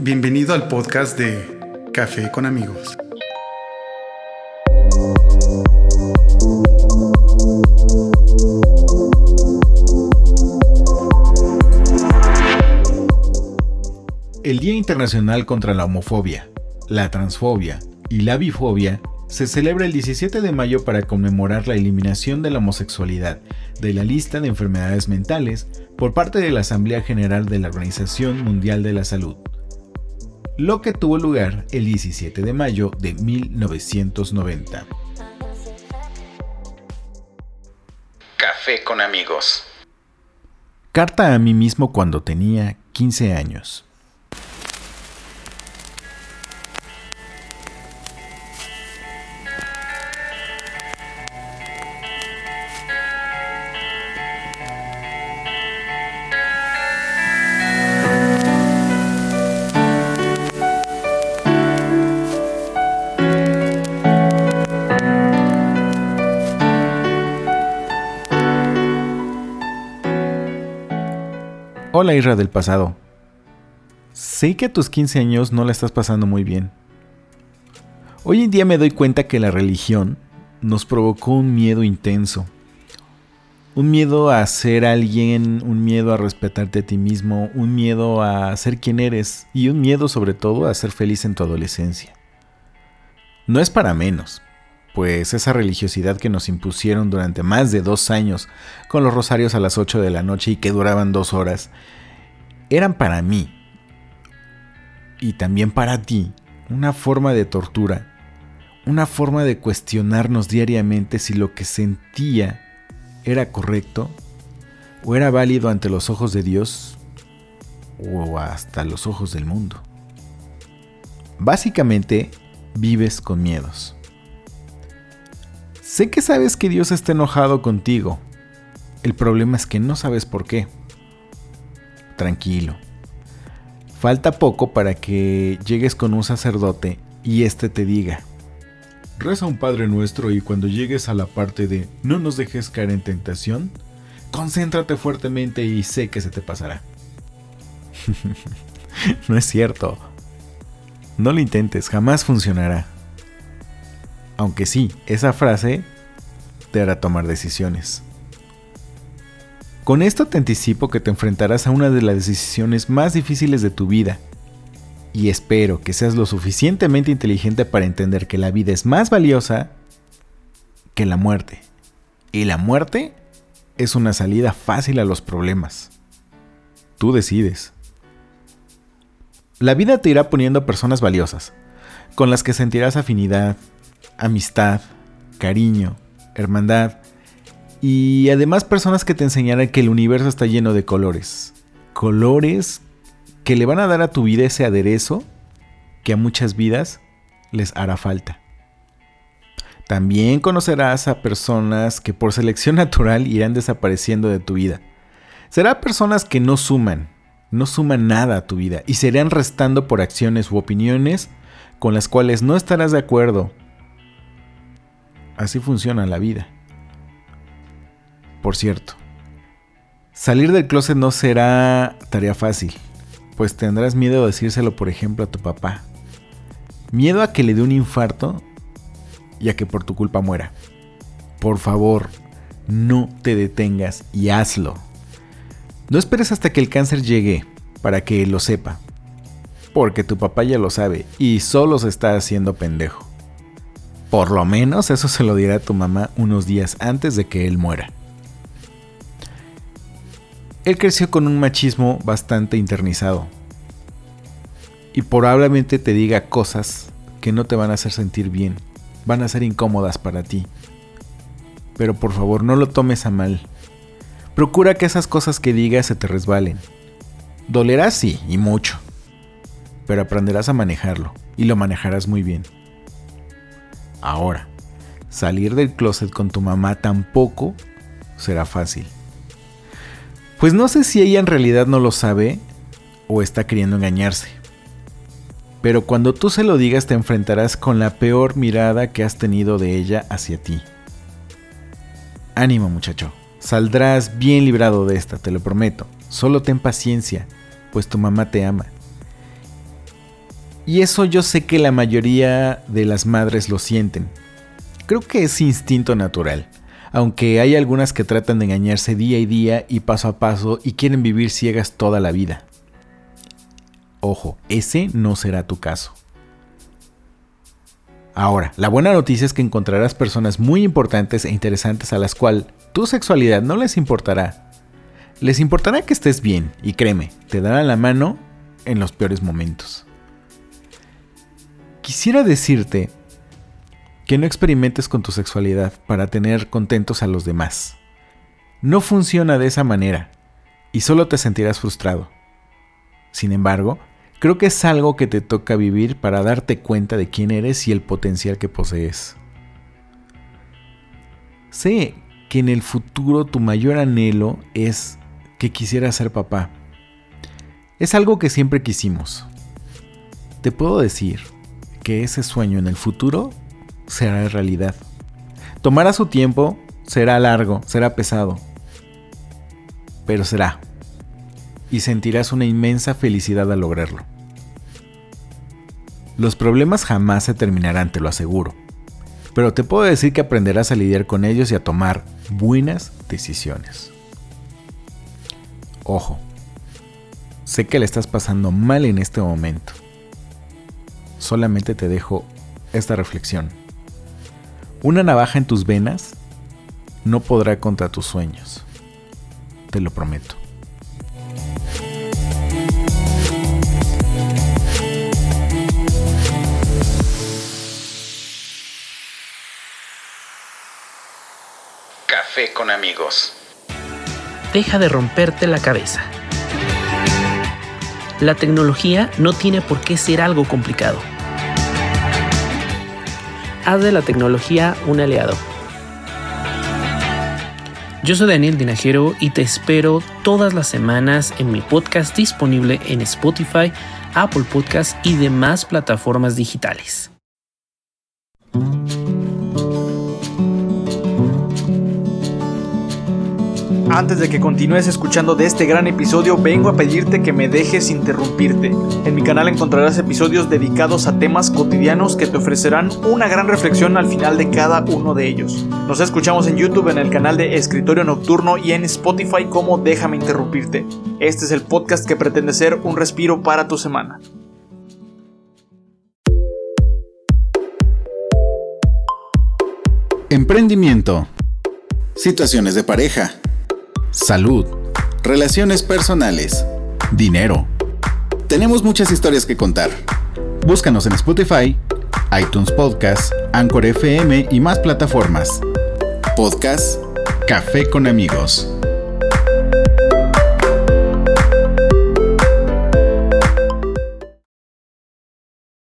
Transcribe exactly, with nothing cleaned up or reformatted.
Bienvenido al podcast de Café con Amigos. El Día Internacional contra la Homofobia, la Transfobia y la Bifobia se celebra el diecisiete de mayo para conmemorar la eliminación de la homosexualidad de la lista de enfermedades mentales por parte de la Asamblea General de la Organización Mundial de la Salud, lo que tuvo lugar el diecisiete de mayo de mil novecientos noventa. Café con Amigos. Carta a mí mismo cuando tenía quince años. Hola Isra del pasado. Sé que a tus quince años no la estás pasando muy bien. Hoy en día me doy cuenta que la religión nos provocó un miedo intenso. Un miedo a ser alguien, un miedo a respetarte a ti mismo, un miedo a ser quien eres y un miedo sobre todo a ser feliz en tu adolescencia. No es para menos, pues esa religiosidad que nos impusieron durante más de dos años con los rosarios a las ocho de la noche y que duraban dos horas, eran para mí y también para ti una forma de tortura, una forma de cuestionarnos diariamente si lo que sentía era correcto o era válido ante los ojos de Dios o hasta los ojos del mundo. Básicamente, vives con miedos. Sé que sabes que Dios está enojado contigo. El problema es que no sabes por qué. Tranquilo. Falta poco para que llegues con un sacerdote y éste te diga: reza un Padre Nuestro y cuando llegues a la parte de no nos dejes caer en tentación, concéntrate fuertemente y sé que se te pasará. No es cierto. No lo intentes, jamás funcionará. Aunque sí, esa frase te hará tomar decisiones. Con esto te anticipo que te enfrentarás a una de las decisiones más difíciles de tu vida. Y espero que seas lo suficientemente inteligente para entender que la vida es más valiosa que la muerte. Y la muerte es una salida fácil a los problemas. Tú decides. La vida te irá poniendo personas valiosas, con las que sentirás afinidad, amistad, cariño, hermandad y además personas que te enseñarán que el universo está lleno de colores. Colores que le van a dar a tu vida ese aderezo que a muchas vidas les hará falta. También conocerás a personas que por selección natural irán desapareciendo de tu vida. Serán personas que no suman, no suman nada a tu vida y se irán restando por acciones u opiniones con las cuales no estarás de acuerdo. Así funciona la vida. Por cierto, salir del closet no será tarea fácil, pues tendrás miedo de decírselo, por ejemplo, a tu papá. Miedo a que le dé un infarto y a que por tu culpa muera. Por favor, no te detengas y hazlo. No esperes hasta que el cáncer llegue para que él lo sepa, porque tu papá ya lo sabe y solo se está haciendo pendejo. Por lo menos eso se lo dirá a tu mamá unos días antes de que él muera. Él creció con un machismo bastante internizado y probablemente te diga cosas que no te van a hacer sentir bien, van a ser incómodas para ti. Pero por favor no lo tomes a mal. Procura que esas cosas que digas se te resbalen. Dolerá sí, y mucho, pero aprenderás a manejarlo y lo manejarás muy bien. Ahora, salir del closet con tu mamá tampoco será fácil. Pues no sé si ella en realidad no lo sabe o está queriendo engañarse. Pero cuando tú se lo digas te enfrentarás con la peor mirada que has tenido de ella hacia ti. Ánimo, muchacho. Saldrás bien librado de esta, te lo prometo. Solo ten paciencia, pues tu mamá te ama. Y eso yo sé que la mayoría de las madres lo sienten. Creo que es instinto natural, aunque hay algunas que tratan de engañarse día y día y paso a paso y quieren vivir ciegas toda la vida. Ojo, ese no será tu caso. Ahora, la buena noticia es que encontrarás personas muy importantes e interesantes a las cuales tu sexualidad no les importará. Les importará que estés bien y créeme, te darán la mano en los peores momentos. Quisiera decirte que no experimentes con tu sexualidad para tener contentos a los demás. No funciona de esa manera y solo te sentirás frustrado. Sin embargo, creo que es algo que te toca vivir para darte cuenta de quién eres y el potencial que posees. Sé que en el futuro tu mayor anhelo es que quisieras ser papá. Es algo que siempre quisimos. Te puedo decir que ese sueño en el futuro será realidad. Tomará su tiempo, será largo, será pesado, pero será. Y sentirás una inmensa felicidad al lograrlo. Los problemas jamás se terminarán, te lo aseguro. Pero te puedo decir que aprenderás a lidiar con ellos y a tomar buenas decisiones. Ojo, sé que le estás pasando mal en este momento. Solamente te dejo esta reflexión. Una navaja en tus venas no podrá contra tus sueños. Te lo prometo. Café con amigos. Deja de romperte la cabeza. La tecnología no tiene por qué ser algo complicado. Haz de la tecnología un aliado. Yo soy Daniel Dinajero y te espero todas las semanas en mi podcast disponible en Spotify, Apple Podcasts y demás plataformas digitales. Antes de que continúes escuchando de este gran episodio, vengo a pedirte que me dejes interrumpirte. En mi canal encontrarás episodios dedicados a temas cotidianos que te ofrecerán una gran reflexión al final de cada uno de ellos. Nos escuchamos en YouTube en el canal de Escritorio Nocturno y en Spotify como Déjame Interrumpirte. Este es el podcast que pretende ser un respiro para tu semana. Emprendimiento. Situaciones de pareja. Salud. Relaciones personales. Dinero. Tenemos muchas historias que contar. Búscanos en Spotify, iTunes Podcast, Anchor F M y más plataformas. Podcast Café con Amigos.